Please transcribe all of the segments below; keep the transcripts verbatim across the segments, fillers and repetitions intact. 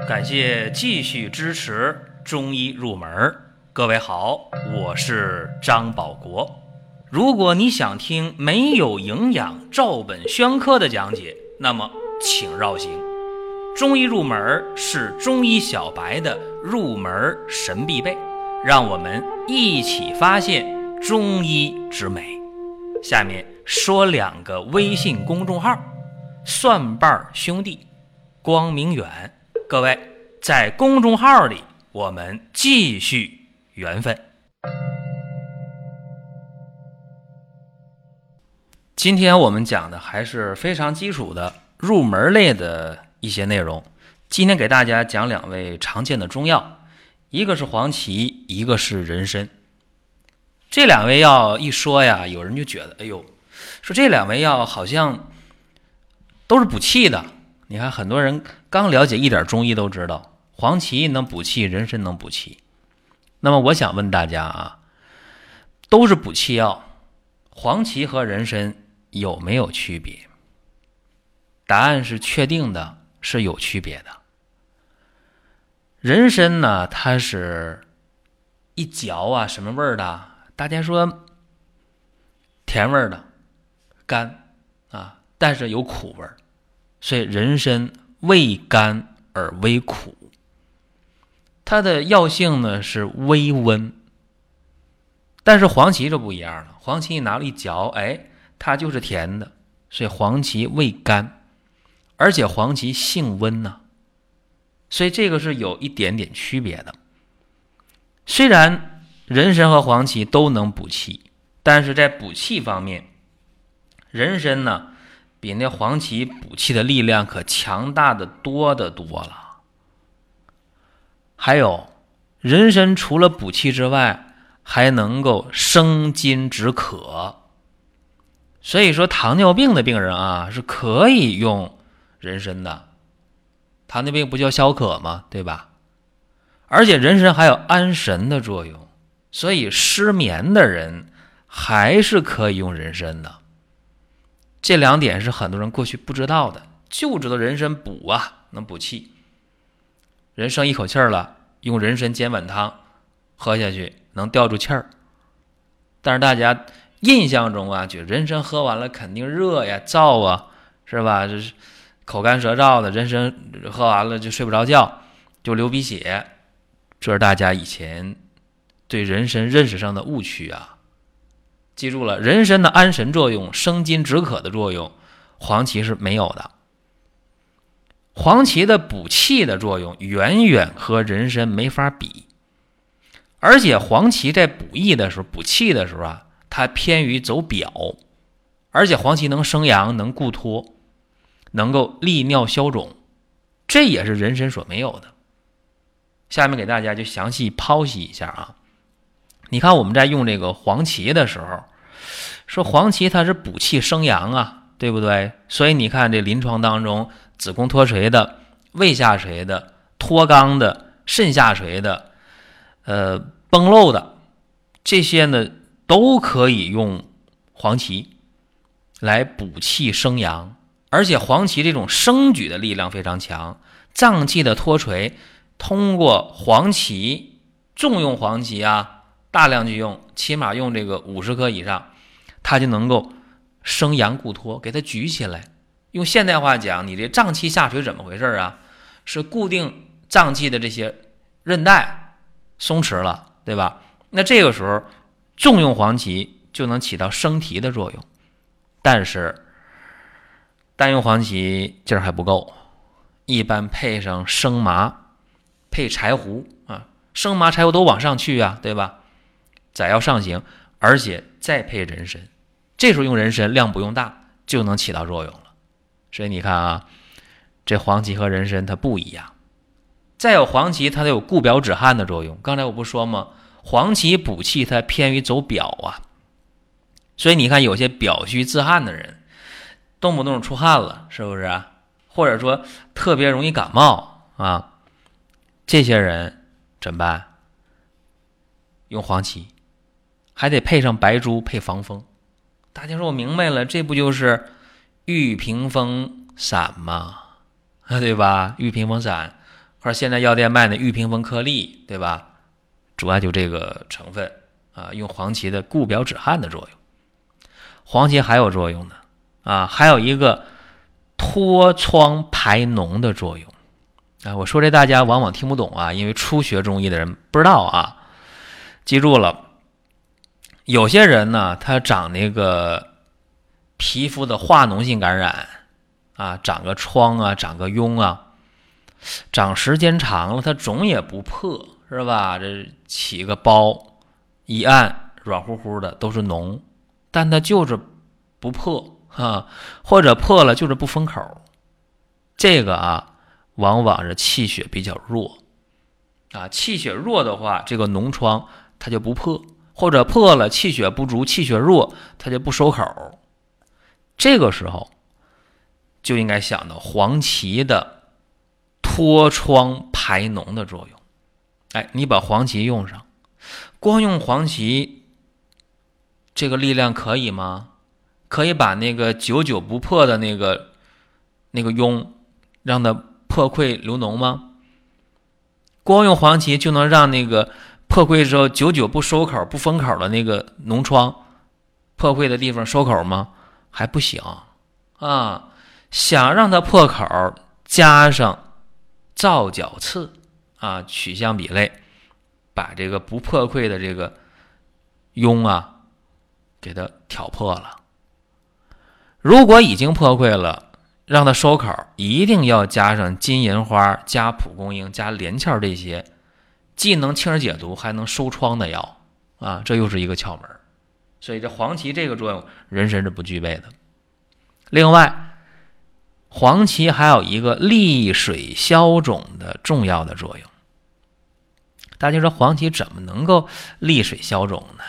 感谢继续支持中医入门。各位好，我是张保国。如果你想听没有营养照本宣科的讲解，那么请绕行。中医入门是中医小白的入门神必备，让我们一起发现中医之美。下面说两个微信公众号：蒜瓣兄弟、光明远。各位在公众号里，我们继续缘分。今天我们讲的还是非常基础的入门类的一些内容。今天给大家讲两味常见的中药，一个是黄芪，一个是人参。这两味药一说呀，有人就觉得哎呦，说这两味药好像都是补气的。你看很多人刚了解一点中医都知道黄芪能补气，人参能补气。那么我想问大家啊，都是补气药，黄芪和人参有没有区别？答案是确定的，是有区别的。人参呢，它是一嚼啊，什么味儿的？大家说甜味儿的，甘啊，但是有苦味儿，所以人参味甘而微苦。它的药性呢是微温，但是黄芪就不一样了。黄芪拿了一嚼，哎，它就是甜的，所以黄芪味甘，而且黄芪性温呢，所以这个是有一点点区别的。虽然人参和黄芪都能补气，但是在补气方面，人参呢比那黄芪补气的力量可强大的多得多了。还有人参除了补气之外，还能够生津止渴，所以说糖尿病的病人啊是可以用人参的。糖尿病不叫消渴吗？对吧？而且人参还有安神的作用，所以失眠的人还是可以用人参的。这两点是很多人过去不知道的，就知道人参补啊，能补气。人生一口气儿了，用人参煎碗汤喝下去能吊住气儿。但是大家印象中啊，觉得人参喝完了肯定热呀、燥啊，是吧？这是口干舌燥的，人参喝完了就睡不着觉，就流鼻血。这是大家以前对人参认识上的误区啊。记住了，人参的安神作用、生津止渴的作用，黄芪是没有的。黄芪的补气的作用远远和人参没法比，而且黄芪在补益的时候、补气的时候啊，它偏于走表，而且黄芪能生阳、能固脱，能够利尿消肿，这也是人参所没有的。下面给大家就详细剖析一下啊。你看我们在用这个黄芪的时候，说黄芪它是补气生阳啊，对不对？所以你看这临床当中，子宫脱垂的、胃下垂的、脱肛的、肾下垂的、呃崩漏的，这些呢都可以用黄芪来补气生阳，而且黄芪这种生举的力量非常强，脏器的脱垂通过黄芪，重用黄芪啊，大量去用，起码用这个五十克以上，它就能够生阳固脱，给它举起来。用现代话讲，你这脏器下垂怎么回事啊？是固定脏器的这些韧带松弛了，对吧？那这个时候重用黄芪就能起到生提的作用。但是单用黄芪劲儿还不够，一般配上生麻，配柴胡啊，生麻柴胡都往上去啊，对吧？载药上行，而且再配人参，这时候用人参量不用大就能起到作用了。所以你看啊，这黄芪和人参它不一样。再有黄芪它有固表止汗的作用，刚才我不说吗？黄芪补气它偏于走表啊，所以你看有些表虚自汗的人动不动出汗了，是不是啊？或者说特别容易感冒啊，这些人怎么办？用黄芪，还得配上白术配防风。大家说我明白了，这不就是玉屏风散吗？对吧？玉屏风散或者现在药店卖的玉屏风颗粒，对吧？主要就这个成分啊，用黄芪的固表止汗的作用。黄芪还有作用呢啊，还有一个脱疮排脓的作用啊。我说这大家往往听不懂啊，因为初学中医的人不知道啊。记住了，有些人呢，他长那个皮肤的化脓性感染啊，长个疮啊，长个痈啊，长时间长了，它总也不破，是吧？这起个包，一按软乎乎的，都是脓，但它就是不破啊，或者破了就是不封口。这个啊，往往是气血比较弱啊，气血弱的话，这个脓疮它就不破，或者破了气血不足，气血弱，它就不收口。这个时候就应该想到黄芪的脱疮排脓的作用。哎，你把黄芪用上，光用黄芪这个力量可以吗？可以把那个久久不破的那个那个痈让它破溃流脓吗？光用黄芪就能让那个破溃之后久久不收口不封口的那个脓疮破溃的地方收口吗？还不行啊！想让它破口，加上皂角刺啊，取象比类，把这个不破溃的这个痈啊给它挑破了。如果已经破溃了，让它收口，一定要加上金银花、加蒲公英、加连翘这些既能清热解毒还能收疮的药啊，这又是一个窍门。所以这黄芪这个作用人参是不具备的。另外，黄芪还有一个利水消肿的重要的作用。大家说黄芪怎么能够利水消肿呢？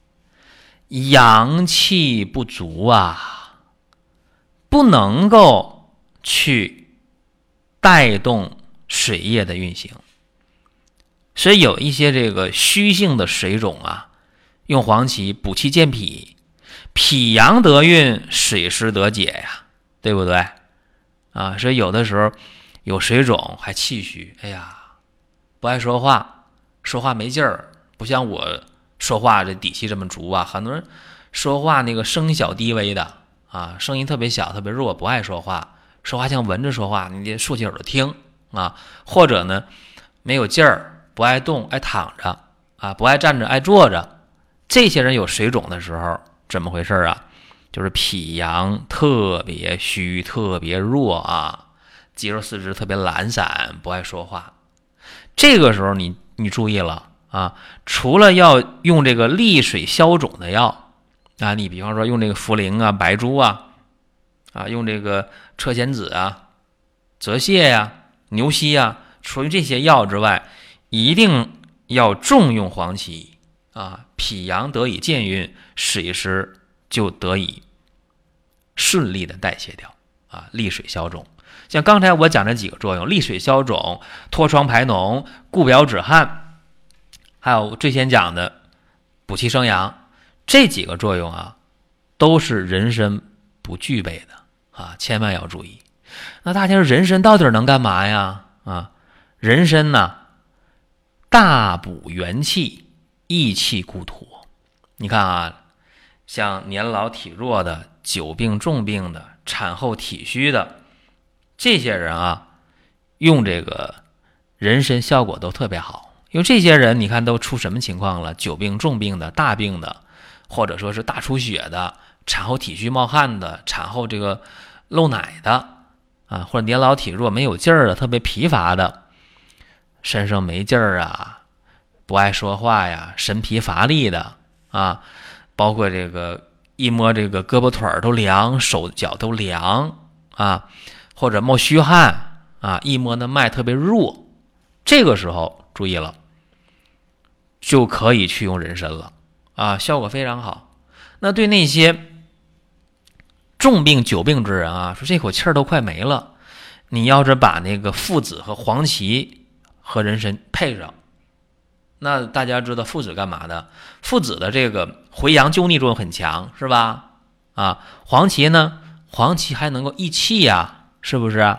阳气不足啊，不能够去带动水液的运行，所以有一些这个虚性的水肿啊，用黄芪补气健脾，脾阳得运，水湿得解呀，对不对啊？所以有的时候有水肿还气虚，哎呀，不爱说话，说话没劲儿，不像我说话这底气这么足啊。很多人说话那个声小低微的啊，声音特别小特别弱，不爱说话，说话像蚊子说话，你得竖起耳朵听啊。或者呢没有劲儿，不爱动，爱躺着啊，不爱站着，爱坐着。这些人有水肿的时候怎么回事啊？就是脾阳特别虚，特别弱啊，肌肉四肢特别懒散，不爱说话。这个时候你你注意了啊，除了要用这个利水消肿的药啊，你比方说用这个茯苓啊、白术啊，啊，用这个车前子啊、泽泻呀、啊、牛膝啊，除了这些药之外，一定要重用黄芪啊，脾阳得以健运，水湿就得以顺利的代谢掉啊，利水消肿。像刚才我讲这几个作用，利水消肿、脱疮排脓、固表止汗，还有最先讲的补气生阳，这几个作用啊，都是人参不具备的啊，千万要注意。那大家说人参到底能干嘛呀？啊，人参呢，大补元气，益气固脱。你看啊，像年老体弱的、久病重病的、产后体虚的这些人啊，用这个人参效果都特别好。因为这些人你看都出什么情况了？久病重病的、大病的，或者说是大出血的、产后体虚冒汗的、产后这个漏奶的啊，或者年老体弱没有劲儿的、特别疲乏的，身上没劲儿啊，不爱说话呀，神疲乏力的啊，包括这个一摸这个胳膊腿儿都凉，手脚都凉啊，或者冒虚汗啊，一摸那脉特别弱，这个时候注意了，就可以去用人参了啊，效果非常好。那对那些重病久病之人啊，说这口气儿都快没了，你要是把那个附子和黄芪和人参配上，那大家知道附子干嘛的？附子的这个回阳救逆作用很强，是吧？啊，黄芪呢，黄芪还能够益气呀，是不是啊？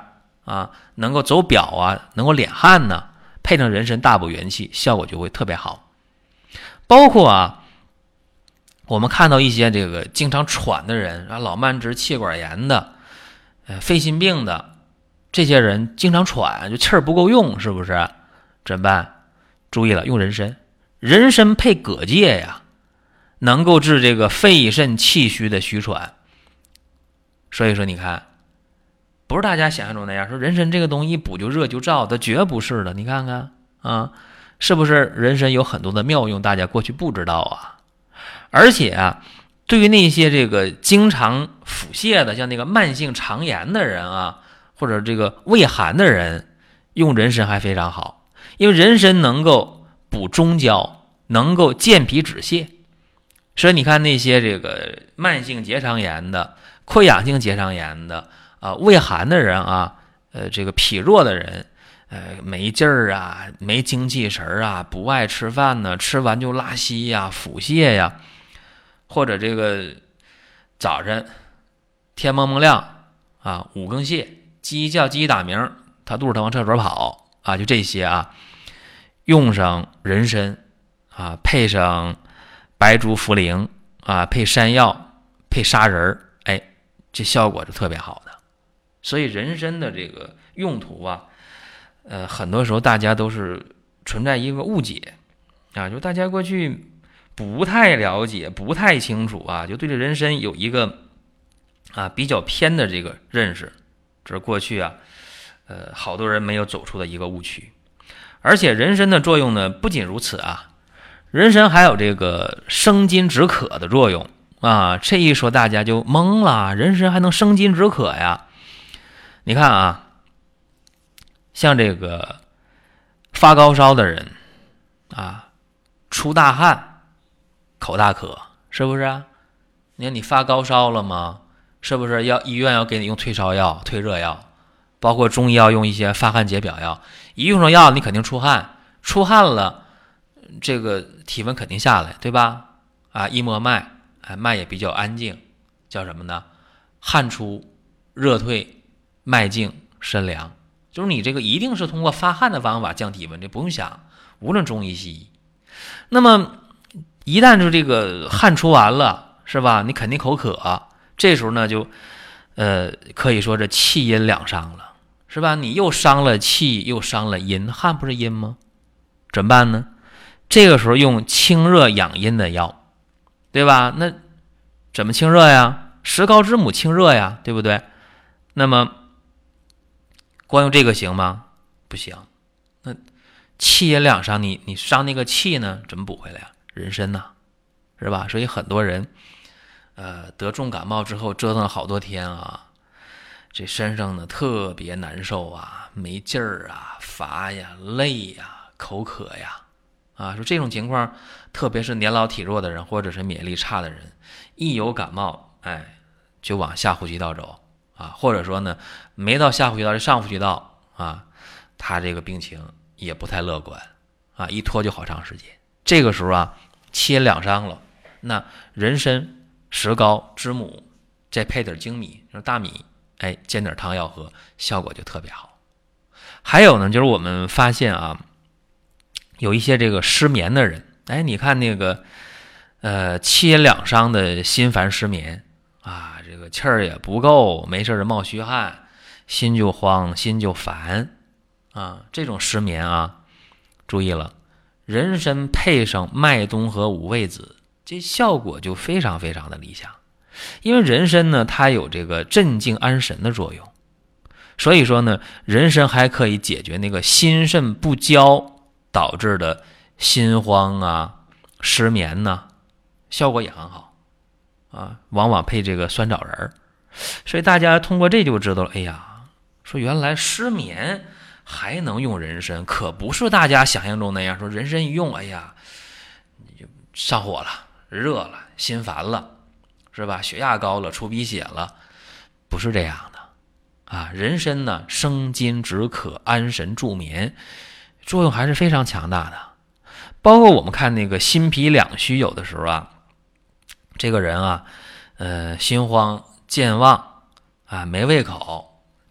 啊，能够走表啊，能够敛汗呢，配上人参大补元气，效果就会特别好。包括啊，我们看到一些这个经常喘的人啊，老慢支、气管炎的，呃，肺心病的，这些人经常喘，就气儿不够用，是不是？怎么办？注意了，用人参，人参配蛤蚧呀，能够治这个肺肾气虚的虚喘。所以说，你看，不是大家想象中那样，说人参这个东西一补就热就燥，它绝不是的。你看看啊，是不是人参有很多的妙用，大家过去不知道啊？而且啊，对于那些这个经常腹泻的，像那个慢性肠炎的人啊，或者这个胃寒的人，用人参还非常好，因为人参能够补中焦，能够健脾止泻。所以你看那些这个慢性结肠炎的、溃疡性结肠炎的啊、胃寒的人啊，呃，这个脾弱的人，呃，没劲儿啊，没精气神啊，不爱吃饭呢，吃完就拉稀呀、腹泻呀，或者这个早晨天蒙蒙亮啊，五更泻，鸡一叫鸡一打鸣，他肚子疼往厕所跑啊，就这些啊，用上人参啊，配上白术、茯苓啊，配山药，配砂仁，哎，这效果是特别好的。所以人参的这个用途啊，呃，很多时候大家都是存在一个误解啊，就大家过去不太了解、不太清楚啊，就对这人参有一个啊比较偏的这个认识，这是过去啊，呃，好多人没有走出的一个误区。而且人参的作用呢，不仅如此啊，人参还有这个生津止渴的作用啊，这一说大家就懵了，人参还能生津止渴呀？你看啊，像这个发高烧的人啊，出大汗，口大渴，是不是啊？你看你发高烧了吗？是不是要医院要给你用退烧药、退热药，包括中医要用一些发汗解表药？一用上药，你肯定出汗，出汗了，这个体温肯定下来，对吧？啊，一摸脉，哎，脉也比较安静，叫什么呢？汗出，热退。脉静身凉，就是你这个一定是通过发汗的方法降体温，这不用想，无论中医西医。那么一旦就这个汗出完了，是吧？你肯定口渴，这时候呢就呃可以说这气阴两伤了，是吧？你又伤了气，又伤了阴，汗不是阴吗？怎么办呢？这个时候用清热养阴的药，对吧？那怎么清热呀？石膏之母清热呀，对不对？那么光用这个行吗？不行。那气阴两伤，你你伤那个气呢，怎么补回来呀？人参呐，是吧？所以很多人，呃，得重感冒之后折腾了好多天啊，这身上呢特别难受啊，没劲儿啊，乏呀，累呀，口渴呀，啊，说这种情况，特别是年老体弱的人或者是免疫力差的人，一有感冒，哎，就往下呼吸道走。啊，或者说呢，没到下呼吸道，这上呼吸道啊，他这个病情也不太乐观啊，一拖就好长时间。这个时候啊，气阴两伤了，那人参、石膏、知母，再配点精米，就是大米，哎，煎点汤药喝，效果就特别好。还有呢，就是我们发现啊，有一些这个失眠的人，哎，你看那个呃气阴两伤的心烦失眠。啊，这个气儿也不够，没事儿冒虚汗，心就慌，心就烦啊。这种失眠啊，注意了，人参配上麦冬和五味子，这效果就非常非常的理想。因为人参呢，它有这个镇静安神的作用，所以说呢，人参还可以解决那个心肾不交导致的心慌啊、失眠呐、啊，效果也很好。啊，往往配这个酸枣仁，所以大家通过这就知道了。哎呀，说原来失眠还能用人参，可不是大家想象中那样。说人参一用，哎呀，你就上火了、热了、心烦了，是吧？血压高了、出鼻血了，不是这样的啊。人参呢，生津止渴、安神助眠，作用还是非常强大的。包括我们看那个心脾两虚，有的时候啊。这个人啊，呃，心慌、健忘啊，没胃口，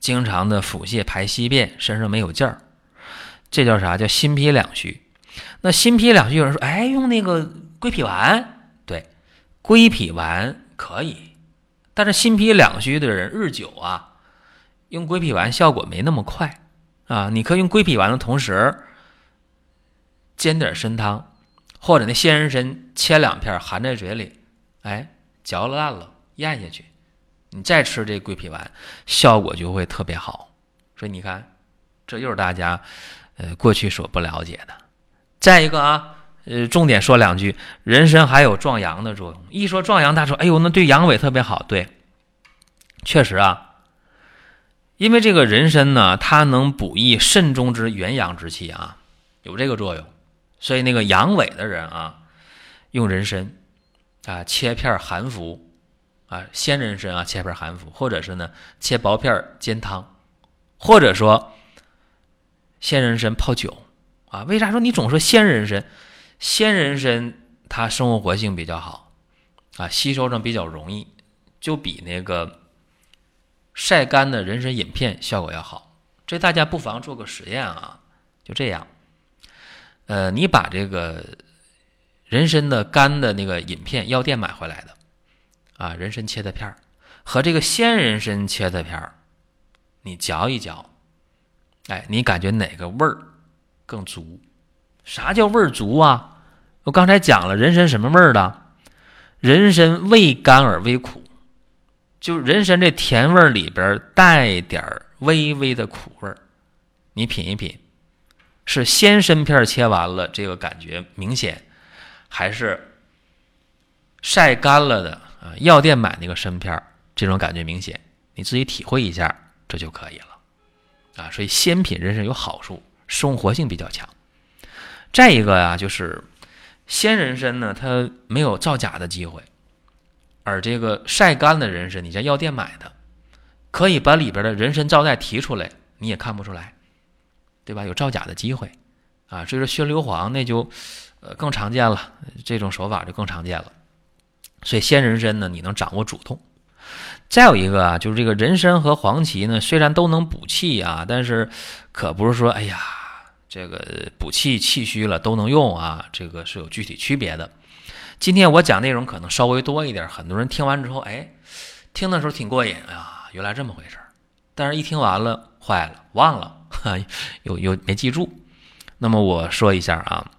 经常的腹泻排稀便，身上没有劲儿，这叫啥？叫心脾两虚。那心脾两虚，有人说，哎，用那个归脾丸，对，归脾丸可以，但是心脾两虚的人日久啊，用归脾丸效果没那么快啊。你可以用归脾丸的同时煎点参汤，或者那鲜人参切两片含在嘴里，哎，嚼了烂了咽下去，你再吃这归脾丸，效果就会特别好。所以你看，这又是大家呃过去所不了解的。再一个啊，呃，重点说两句，人参还有壮阳的作用。一说壮阳，大家说，哎呦，那对阳痿特别好。对，确实啊，因为这个人参呢，它能补益肾中之元阳之气啊，有这个作用。所以那个阳痿的人啊，用人参啊切片含服啊，鲜人参啊切片含服，或者是呢切薄片煎汤，或者说鲜人参泡酒啊。为啥说你总说鲜人参？鲜人参它生物活性比较好啊，吸收上比较容易，就比那个晒干的人参饮片效果要好。这大家不妨做个实验啊，就这样。呃，你把这个人参的干的那个饮片，药店买回来的啊，人参切的片儿，和这个鲜人参切的片儿，你嚼一嚼，哎，你感觉哪个味儿更足？啥叫味儿足啊？我刚才讲了，人参什么味儿的？人参味甘而微苦，就人参这甜味里边带点微微的苦味儿，你品一品。是鲜参片切完了这个感觉明显，还是晒干了的啊药店买那个参片这种感觉明显？你自己体会一下，这就可以了啊。所以鲜品人参有好处，生物活性比较强。再一个啊，就是鲜人参呢，它没有造假的机会，而这个晒干的人参，你在药店买的，可以把里边的人参皂带提出来，你也看不出来。对吧？有造假的机会啊，所以说熏硫磺那就呃更常见了，这种手法就更常见了。所以鲜人参呢，你能掌握主动。再有一个啊，就是这个人参和黄芪呢，虽然都能补气啊，但是可不是说哎呀这个补气气虚了都能用啊，这个是有具体区别的。今天我讲内容可能稍微多一点，很多人听完之后，哎，听的时候挺过瘾啊，原来这么回事，但是一听完了坏了，忘了。有有没记住？那么我说一下啊，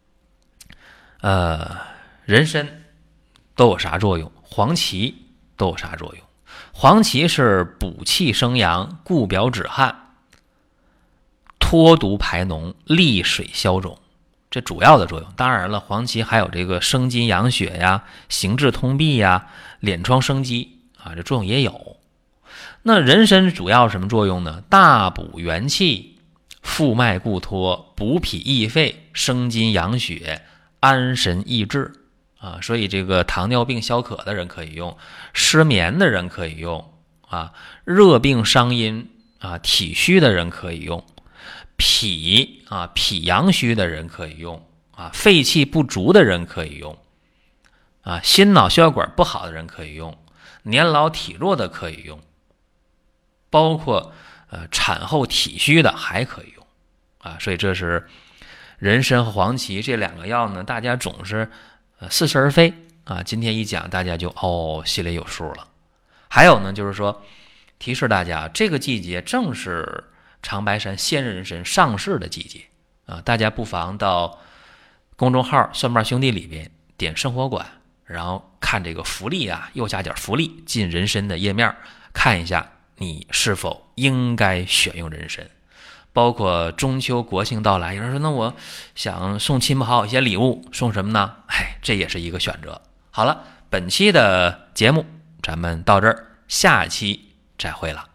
呃，人参都有啥作用？黄芪都有啥作用？黄芪是补气生阳、固表止汗、脱毒排脓、利水消肿，这主要的作用。当然了，黄芪还有这个生津养血呀、行滞通闭呀、敛疮生肌啊，这作用也有。那人参主要什么作用呢？大补元气，复脉固脱，补脾益肺，生津养血，安神益智啊。所以这个糖尿病消渴的人可以用，失眠的人可以用啊，热病伤阴啊，体虚的人可以用，脾啊脾阳虚的人可以用啊，肺气不足的人可以用啊，心脑血管不好的人可以用，年老体弱的可以用。包括呃产后体虚的还可以用啊，所以这是人参和黄芪这两个药呢，大家总是呃似是而非啊。今天一讲，大家就哦心里有数了。还有呢，就是说提示大家，这个季节正是长白山鲜人参上市的季节啊，大家不妨到公众号蒜瓣兄弟里边点生活馆，然后看这个福利啊，右下角福利进人参的页面看一下。你是否应该选用人参？包括中秋国庆到来，有人说那我想送亲朋好友一些礼物，送什么呢？哎，这也是一个选择。好了，本期的节目咱们到这儿，下期再会了。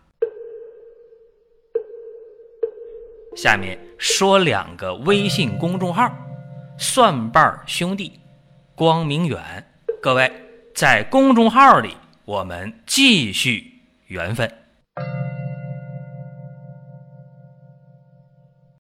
下面说两个微信公众号：蒜瓣兄弟、光明远。各位在公众号里，我们继续缘分。